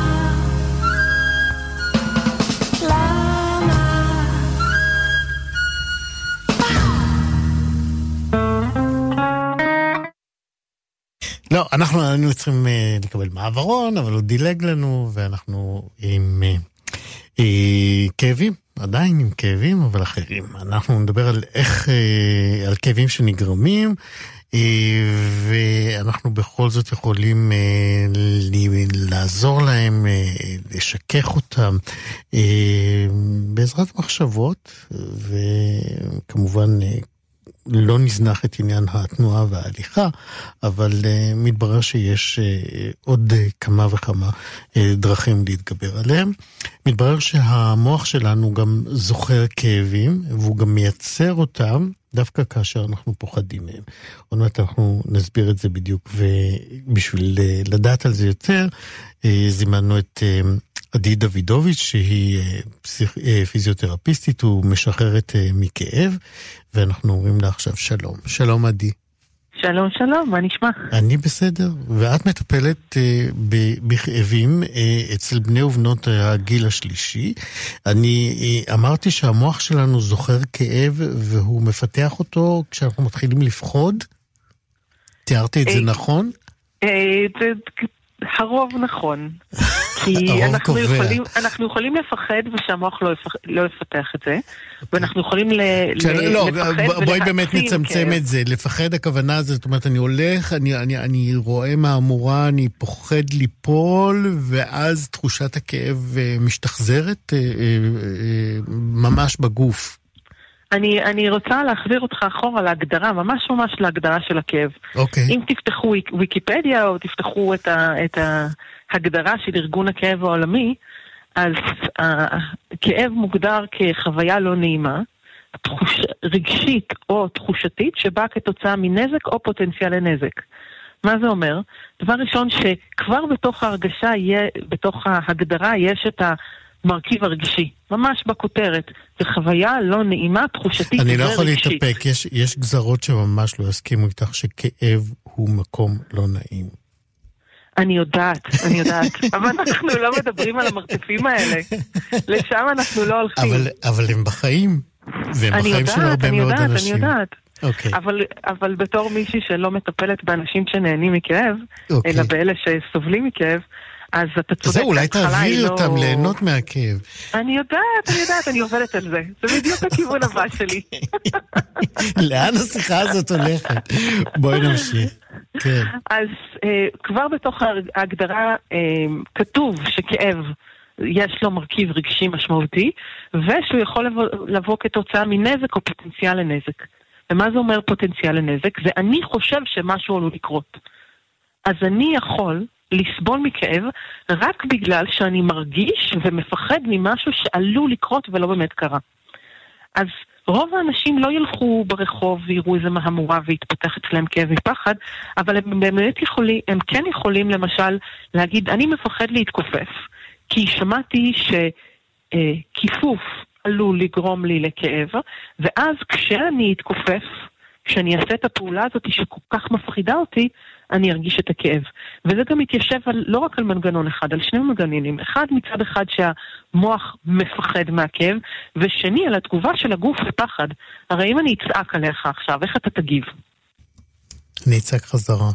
לא, אנחנו היינו צריכים לקבל מעברון, אבל הוא דילג לנו, ואנחנו עם כאבים, עדיין עם כאבים, אבל אחרים. אנחנו נדבר על על כאבים שנגרמים, ואנחנו בכל זאת יכולים לעזור להם, לשכך אותם, בעזרת מחשבות, וכמובן לא נזנח את עניין התנועה וההליכה, אבל מתברר שיש עוד כמה וכמה דרכים להתגבר עליהם. מתברר שהמוח שלנו גם זוכר כאבים, והוא גם מייצר אותם דווקא כאשר אנחנו פוחדים מהם. עוד מעט אנחנו נסביר את זה בדיוק, ובשביל לדעת על זה יותר, זימנו את עדי דוידוביץ', שהיא פיזיותרפיסטית ומשחררת מכאב, ואנחנו אומרים לה עכשיו שלום. שלום עדי. שלום, שלום, מה נשמע? אני בסדר, ואת מטפלת בכאבים אצל בני ובנות הגיל השלישי. אני אמרתי שהמוח שלנו זוכר כאב, והוא מפתח אותו כשאנחנו מתחילים לפחוד. תיארתי את זה נכון? הרוב נכון. כי אנחנו יכולים לפחד ושהמוח לא יפתח את זה, ואנחנו יכולים לפחד. בואי באמת נצמצם את זה. לפחד הכוונה הזאת, זאת אומרת, אני הולך, אני רואה מהמורה, אני פוחד ליפול, ואז תחושת הכאב משתחזרת ממש בגוף. אני רוצה להחזיר אותך אחורה להגדרה, ממש להגדרה של הכאב. אם תפתחו ויקיפדיה או תפתחו את ההגדרה של ארגון הכאב העולמי, אז כאב מוגדר כחוויה לא נעימה, רגשית או תחושתית, שבאה כתוצאה מנזק או פוטנציאל לנזק. מה זה אומר? דבר ראשון, שכבר בתוך ההרגשה, בתוך ההגדרה, יש את המרכיב הרגשי. ממש בכותרת. זה חוויה לא נעימה, תחושתית ורגשית. אני לא יכול להתאפק. יש גזרות שממש לא יסכימו איתך שכאב הוא מקום לא נעים. אני יודעת. אבל אנחנו לא מדברים על המרתפים האלה. לשם אנחנו לא הולכים. אבל הם בחיים. והם בחיים של הרבה מאוד אנשים. אני יודעת. אוקיי. אבל בתור מישהי שלא מטפלת באנשים שנהנים מכאב, אלא באלה שסובלים מכאב, אז אתה צודק. זהו, אולי תעביר אותם ליהנות מהכאב. אני יודעת, אני עובדת על זה. זה בדיוק הכיוון הבא שלי. לאן השיחה הזאת הולכת? בואי נמשיך. כן. אז כבר בתוך ההגדרה כתוב שכאב יש לו מרכיב רגשי משמעותי, ושהוא יכול לבוא כתוצאה מנזק או פוטנציאל לנזק. ומה זה אומר פוטנציאל לנזק? זה אני חושב שמשהו עלול לקרות. אז אני יכול לסבול מכאב רק בגלל שאני מרגיש ומפחד ממשהו שעלול לקרות ולא באמת קרה. אז רוב האנשים לא ילכו ברחוב ויראו איזה מהמורה והתפתח אצלם כאב ופחד, אבל הם באמת הם כן יכולים למשל להגיד, אני מפחד להתכופף, כי שמעתי שכיפוף עלול לגרום לי לכאב, ואז כשאני אתכופף, כשאני אעשה את הפעולה הזאת שכל כך מפחידה אותי, אני ארגיש את הכאב. וזה גם מתיישב לא רק על מנגנון אחד, על שני מנגנונים. אחד מצד אחד שהמוח מפחד מהכאב, ושני על התגובה של הגוף לפחד. הרי אם אני אצעק עליך עכשיו, איך אתה תגיב? אני אצעק חזרה.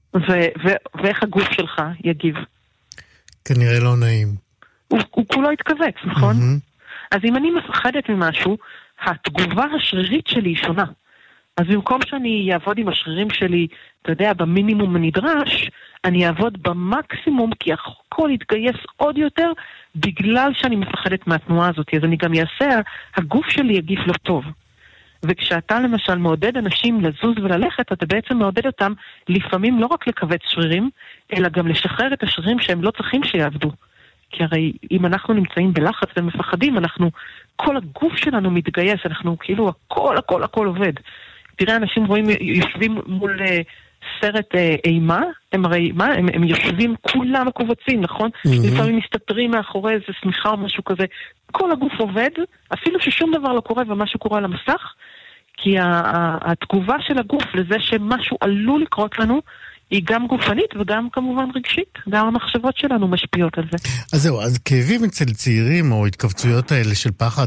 ואיך הגוף שלך יגיב? כנראה לא נעים. הוא כולו יתכווץ, נכון? אז אם אני מפחדת ממשהו, התגובה השרירית שלי היא שונה. אז במקום שאני אעבוד עם השרירים שלי, אתה יודע, במינימום הנדרש, אני אעבוד במקסימום, כי הכל יתגייס עוד יותר, בגלל שאני מפחדת מהתנועה הזאת. אז אני גם אעשה, הגוף שלי יגיף לא טוב. וכשאתה למשל מעודד אנשים לזוז וללכת, אתה בעצם מעודד אותם לפעמים לא רק לקבץ שרירים, אלא גם לשחרר את השרירים שהם לא צריכים שיעבדו. כי הרי אם אנחנו נמצאים בלחץ ומפחדים, כל הגוף שלנו מתגייס, אנחנו כאילו הכל עובד. תראה, אנשים יושבים מול סרט אימה, הם יושבים כולם מקובצים, נכון? לפעמים מסתתרים מאחורי איזה סמיכה או משהו כזה. כל הגוף עובד, אפילו ששום דבר לא קורה ומשהו קורה על המסך, כי התגובה של הגוף לזה שמשהו עלול לקרות לנו, היא גם גופנית וגם כמובן רגשית. גם המחשבות שלנו משפיעות על זה. אז זהו, אז כאבים אצל צעירים, או התכווצויות האלה של פחד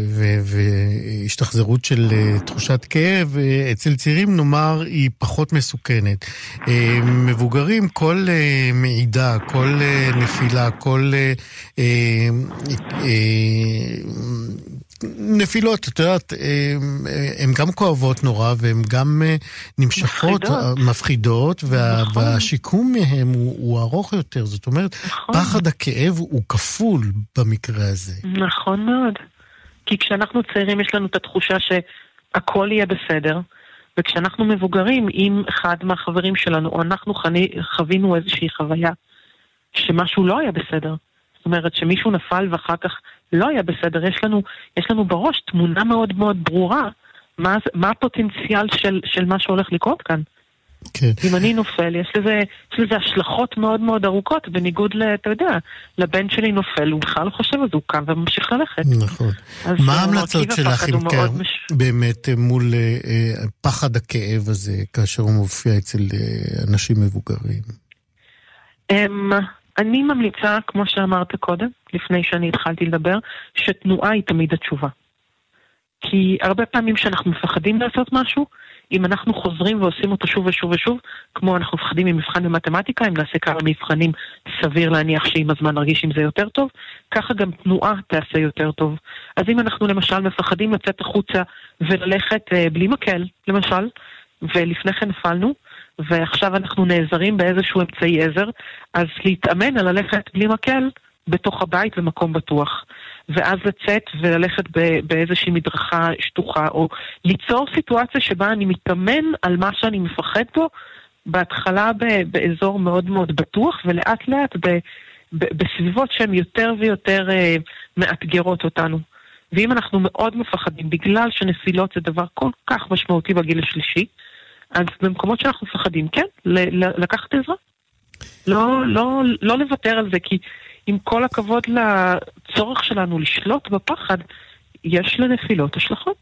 והשתחזרות של תחושת כאב, אצל צעירים נאמר היא פחות מסוכנת. מבוגרים, כל מעידה, כל נפילה, כל נפילות, את יודעת, הן גם כואבות נורא, והן גם נמשכות, מפחידות, והשיקום מהם הוא ארוך יותר. זאת אומרת, פחד הכאב הוא כפול במקרה הזה. נכון מאוד. כי כשאנחנו צעירים יש לנו את התחושה שהכל יהיה בסדר, וכשאנחנו מבוגרים, אם אחד מהחברים שלנו, או אנחנו חווינו איזושהי חוויה, שמשהו לא היה בסדר, זאת אומרת שמישהו נפל ואחר כך לא היה בסדר, יש לנו בראש תמונה מאוד מאוד ברורה, מה הפוטנציאל של מה שהולך לקרות כאן. כן. אם אני נופל, יש לזה השלכות מאוד מאוד ארוכות, בניגוד, אתה יודע, לבן שלי נופל, הוא בכלל לא חושב, אז הוא קם וממשיך ללכת. נכון. מה ההמלצות שלך באמת מול פחד הכאב הזה, כאשר הוא מופיע אצל אנשים מבוגרים? אני ממליצה, כמו שאמרת קודם, לפני שאני התחלתי לדבר, שתנועה היא תמיד התשובה. כי הרבה פעמים שאנחנו מפחדים לעשות משהו, אם אנחנו חוזרים ועושים אותו שוב ושוב ושוב, כמו אנחנו מפחדים ממבחן במתמטיקה, אם נעשה כמה מבחנים, סביר להניח שעם הזמן נרגיש עם זה יותר טוב, ככה גם תנועה תעשה יותר טוב. אז אם אנחנו למשל מפחדים לצאת החוצה וללכת בלי מקל, למשל, ולפני כן נפלנו, ועכשיו אנחנו נעזרים באיזשהו אמצעי עזר, אז להתאמן על ללכת בלי מקל בתוך הבית במקום בטוח. ואז לצאת וללכת באיזושהי מדרכה שטוחה, או ליצור סיטואציה שבה אני מתאמן על מה שאני מפחד פה, בהתחלה באזור מאוד מאוד בטוח, ולאט לאט בסביבות שהן יותר ויותר מאתגרות אותנו. ואם אנחנו מאוד מפחדים, בגלל שנפילות זה דבר כל כך משמעותי בגיל השלישי, אז במקומות שאנחנו מפחדים, כן, לקחת עזרה. לא לוותר על זה, כי עם כל הכבוד לצורך שלנו לשלוט בפחד, יש לנפילות השלכות.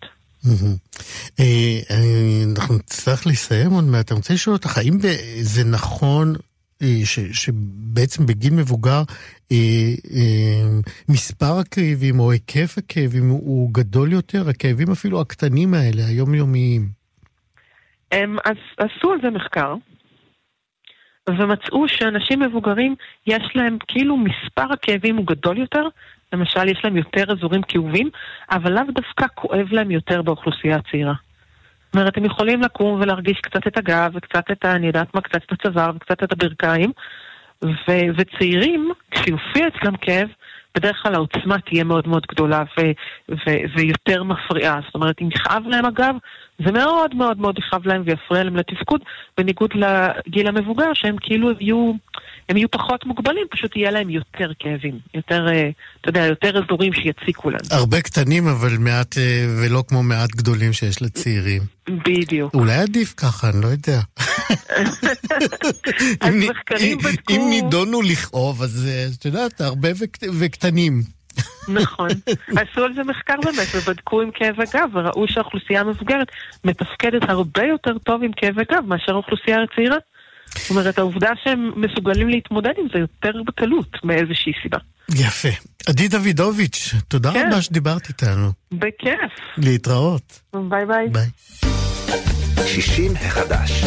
אנחנו נצטרך לסיים עוד מעט. אני רוצה לשאול אותך, האם זה נכון שבעצם בגיל מבוגר מספר הכאבים או היקף הכאבים הוא גדול יותר, הכאבים אפילו הקטנים האלה, היומיומיים? אז עשו על זה מחקר, ומצאו שאנשים מבוגרים יש להם כאילו מספר הכאבים הוא גדול יותר, למשל יש להם יותר אזורים כאובים, אבל לאו דווקא כואב להם יותר באוכלוסייה הצעירה. זאת אומרת, הם יכולים לקום ולהרגיש קצת את הגב, וקצת את, אני יודעת מה, קצת את הצוואר, וקצת את הברכיים, וצעירים, כשיופיע אצלם כאב, בדרך כלל העוצמה תהיה מאוד מאוד גדולה ויותר מפריעה. זאת אומרת, אם יכאב להם הגב, זה מאוד מאוד מאוד יכאב להם ויפריע להם לתפקוד, בניגוד לגיל המבוגר, שהם כאילו הם יהיו פחות מוגבלים, פשוט יהיה להם יותר כאבים, יותר, אתה יודע, יותר אזורים שיציקו להם. הרבה קטנים, אבל מעט, ולא כמו מעט גדולים שיש לצעירים. בדיוק. אולי עדיף ככה, אני לא יודע. אז מחקרים בדקו... אם נידונו לכאוב, אז את יודעת, הרבה וקטנים. נכון. עשו על זה מחקר באמת, ובדקו עם כאבי גב, וראו שהאוכלוסייה המבוגרת מתפקדת הרבה יותר טוב עם כאבי גב, מאשר האוכלוסייה הצעירה. זאת אומרת, העובדה שהם מסוגלים להתמודד עם זה יותר בקלות מאיזושהי סיבה. יפה. עדי דוידוביץ', תודה רבה שדיברת איתנו. בכיף. להתראות. ביי ביי. ביי. 60 החדש.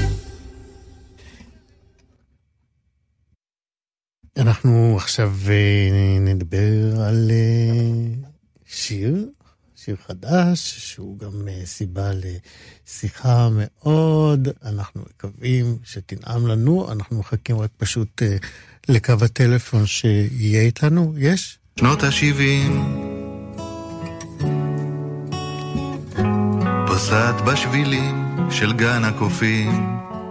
אנחנו עכשיו נדבר על שיר חדש, שהוא גם סיבה לשיחה מאוד, אנחנו מקווים שתנעם לנו, אנחנו מחכים רק פשוט לקו הטלפון שיהיה איתנו, יש? שנות ה-70 פוסעת בשבילים של גן הקופים,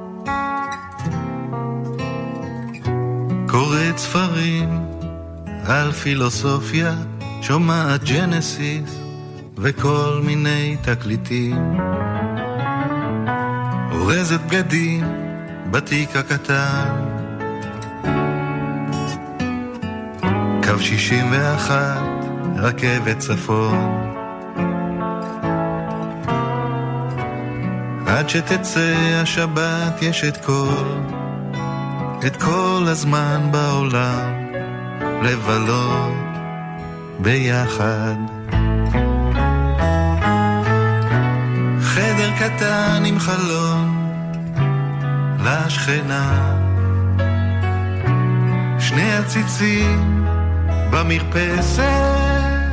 קוראת ספרים על פילוסופיה, שומעת ג'נסיס וכל מיני תקליטים, אורזת בגדים בתיק הקטן, קו 61 רכבת צפון, עד שתצא השבת יש את כל הזמן בעולם לבלות ביחד. חדר קטן עם חלון לשכנה, שני הציצים במרפסת.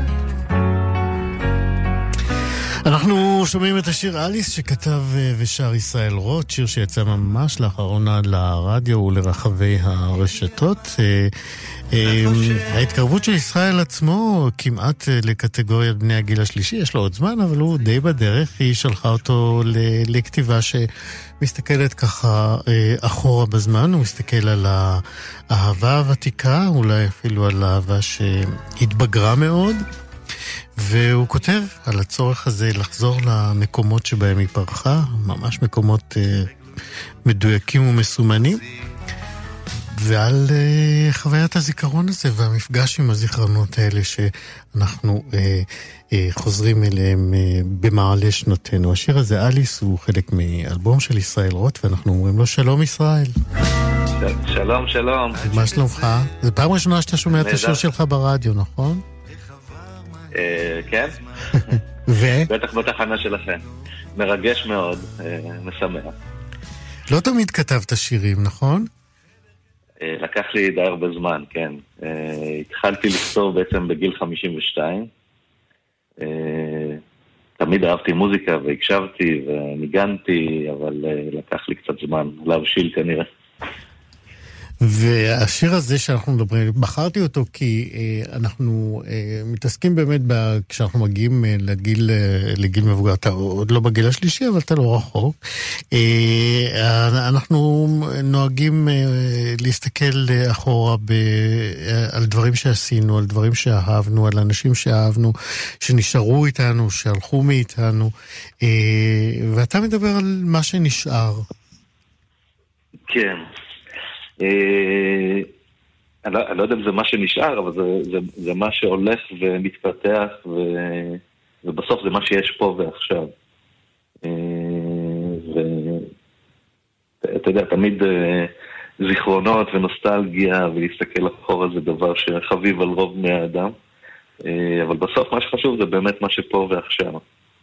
אנחנו שומעים את השיר אליס שכתב ושר ישראל רוט, שיר שיצא ממש לאחרונה לרדיו ולרחבי הרשתות. ההתקרבות של ישראל עצמו כמעט לקטגוריית בני הגיל השלישי, יש לו עוד זמן, אבל הוא די בדרך. היא שלחה אותו לכתיבה שמסתכלת ככה אחורה בזמן, הוא מסתכל על האהבה הוותיקה, אולי אפילו על האהבה שהתבגרה מאוד, והוא כותב על הצורך הזה לחזור למקומות שבהם היא פרחה, ממש מקומות מדויקים ומסומנים, ועל חוויית הזיכרון הזה והמפגש עם הזיכרונות האלה שאנחנו חוזרים אליהם במעלה שנותינו. השיר הזה אליס הוא חלק מאלבום של ישראל רוט, ואנחנו אומרים לו שלום ישראל. שלום, שלום. מה שלומך? זו פעם ראשונה שאתה שומע את השיר שלך ברדיו, נכון? כן. בטח בתחנה שלכם. מרגש מאוד, משמח. לא תמיד כתבת שירים, נכון? לקח לי די הרבה זמן, כן. התחלתי לכתוב בעצם בגיל 52. תמיד אהבתי מוזיקה והקשבתי וניגנתי, אבל לקח לי קצת זמן להבשיל כנראה. והשיר הזה שאנחנו מדברים, בחרתי אותו כי אנחנו מתעסקים באמת כשאנחנו מגיעים לגיל מבוגר, אתה עוד לא בגיל השלישי, אבל אתה לא רחוק. אנחנו נוהגים להסתכל אחורה על דברים שעשינו, על דברים שאהבנו, על אנשים שאהבנו, שנשארו איתנו, שהלכו מאיתנו, ואתה מדבר על מה שנשאר. כן. אני לא יודע אם זה מה שנשאר, אבל זה מה שהולך ומתפתח, ובסוף זה מה שיש פה ועכשיו. ואתה יודע, תמיד זיכרונות ונוסטלגיה ולהסתכל אחורה זה דבר שחביב על רוב בני האדם, אבל בסוף מה שחשוב זה באמת מה שפה ועכשיו.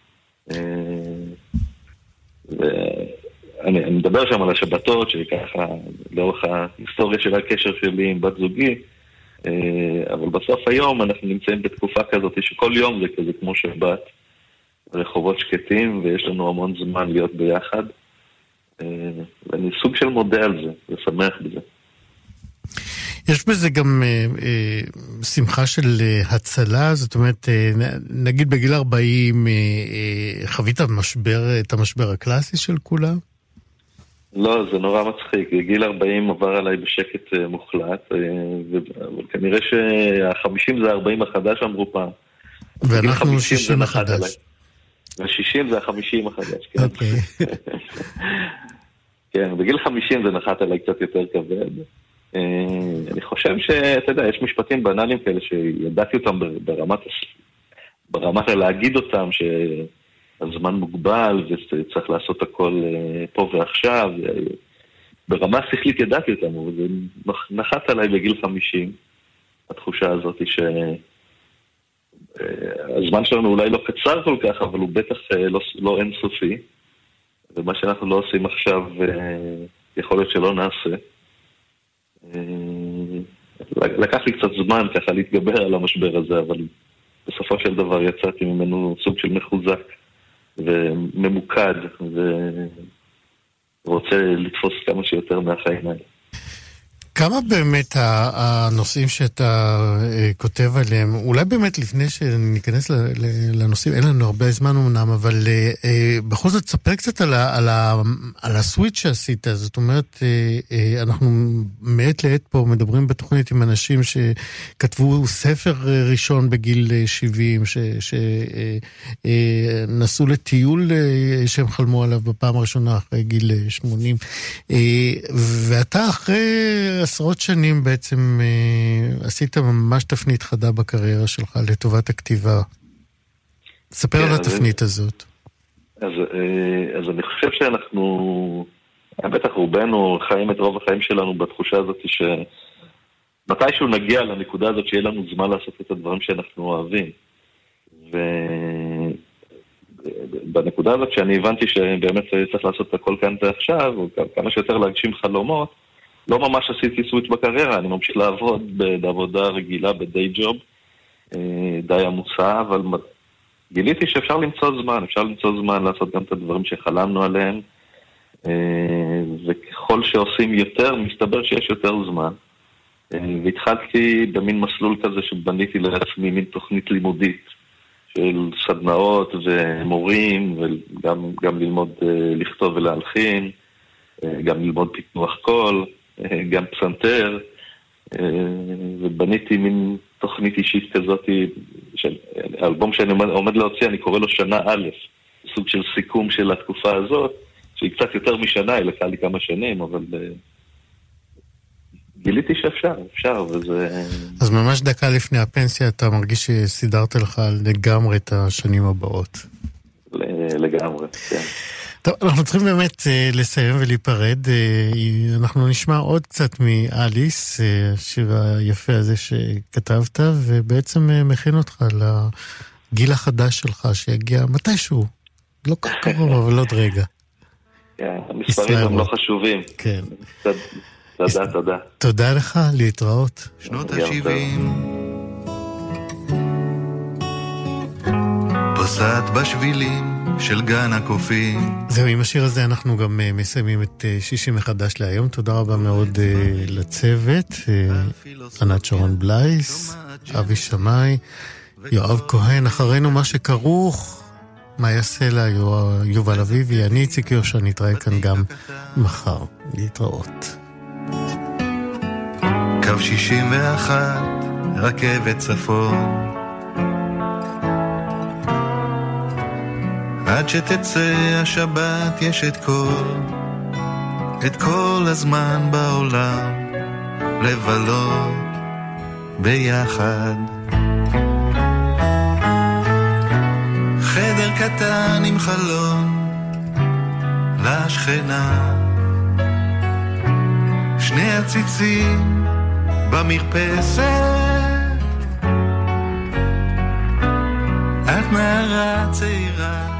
אני מדבר שם על השבתות, שככה לאורך ההיסטוריה של הקשר שלי עם בת זוגי, אבל בסוף היום אנחנו נמצאים בתקופה כזאת שכל יום זה כזה כמו שבת, רחובות שקטים, ויש לנו המון זמן להיות ביחד, ואני סוג של מודה על זה, ושמח בזה. יש בזה גם שמחה של הצלה, זאת אומרת, נגיד בגיל 40 חווית את המשבר הקלאסי של כולם? לא, זה נורא מצחיק. גיל 40 עבר עליי בשקט מוחלט, אבל כנראה שה-50 זה ה-40 החדש אמרו פעם. ואנחנו 60 החדש. ו-60 זה ה-50 החדש, כן. אוקיי. כן, בגיל 50 זה נחת עליי קצת יותר כבד. אני חושב שאתה יודע, יש משפטים בנאליים כאלה שידעתי אותם ברמת להגיד אותם, שהזמן מוגבל וצריך לעשות הכל פה ועכשיו. ברמה שכלית ידעתי אותם, אבל זה נחת עליי בגיל 50, התחושה הזאת שהזמן שלנו אולי לא קצר כל כך, אבל הוא בטח לא אינסופי, ומה שאנחנו לא עושים עכשיו יכול להיות שלא נעשה. לקח לי קצת זמן ככה להתגבר על המשבר הזה, אבל בסופו של דבר יצאתי ממנו סוג של מחוזק וממוקד, ורוצה לתפוס כמה שיותר מהחיים האלה. כמה באמת הנושאים שאתה כותב עליהם, אולי באמת לפני שניכנס לנושאים, אין לנו הרבה זמן אמנם, אבל בכל זאת תספר קצת על הסוויץ' שעשית. זאת אומרת, אנחנו מעת לעת פה מדברים בתוכנית עם אנשים שכתבו ספר ראשון בגיל 70, שנסעו לטיול שהם חלמו עליו בפעם הראשונה אחרי גיל 80, ואתה אחרי עשרות שנים בעצם עשית ממש תפנית חדה בקריירה שלך לטובת הכתיבה. ספר על התפנית הזאת. אז אני חושב שאנחנו, בטח רובנו חיים את רוב החיים שלנו בתחושה הזאת שמתישהו נגיע לנקודה הזאת שיהיה לנו זמן לעשות את הדברים שאנחנו אוהבים. ובנקודה הזאת שאני הבנתי שבאמת צריך לעשות את הכל כאן ועכשיו, או כמה שיותר להגשים חלומות, לא ממש עשיתי סוויץ' בקריירה, אני ממשיך לעבוד בעבודה רגילה, בדיי ג'וב, די עמוסה, אבל גיליתי שאפשר למצוא זמן לעשות גם את הדברים שחלמנו עליהם, וככל שעושים יותר, מסתבר שיש יותר זמן. והתחלתי במין מסלול כזה שבניתי לעצמי מין תוכנית לימודית, של סדנאות ומורים, וגם ללמוד לכתוב ולהלחין, גם ללמוד פיתוח קול, גם פסנתר, ובניתי מין תוכנית אישית כזאת, האלבום שאני עומד להוציא, אני קורא לו שנה א', סוג של סיכום של התקופה הזאת, שהיא קצת יותר משנה, היא לקחה לי כמה שנים, אבל גיליתי שאפשר, וזה... אז ממש דקה לפני הפנסיה אתה מרגיש שסידרת לך לגמרי את השנים הבאות. לגמרי, כן. טוב, אנחנו צריכים באמת לסיים ולהיפרד. אנחנו נשמע עוד קצת מאליס, השיר היפה הזה שכתבת, ובעצם מכין אותך לגיל החדש שלך, שיגיע מתישהו. לא כך קרוב, אבל עוד רגע. כן, המספרים הם לא חשובים. כן. תודה. תודה לך, להתראות. שנות ה-70 פוסעת בשבילים של גן הקופים. זהו, עם השיר הזה אנחנו גם מסיימים את 60 מחדש להיום. תודה רבה מאוד לצוות, ענת שרון בלייס, אבי שמאי, יואב כהן. אחרינו מה שכרוך, מה יעשה לה יובל אביבי, אני איציק יושע, נתראה כאן גם מחר. להתראות. קו 61, רכבת צפון, עד שתצא השבת יש את כל הזמן בעולם לבלות ביחד. חדר קטן עם חלון לשכנה, שני הציצים במרפסת, את נערה צעירה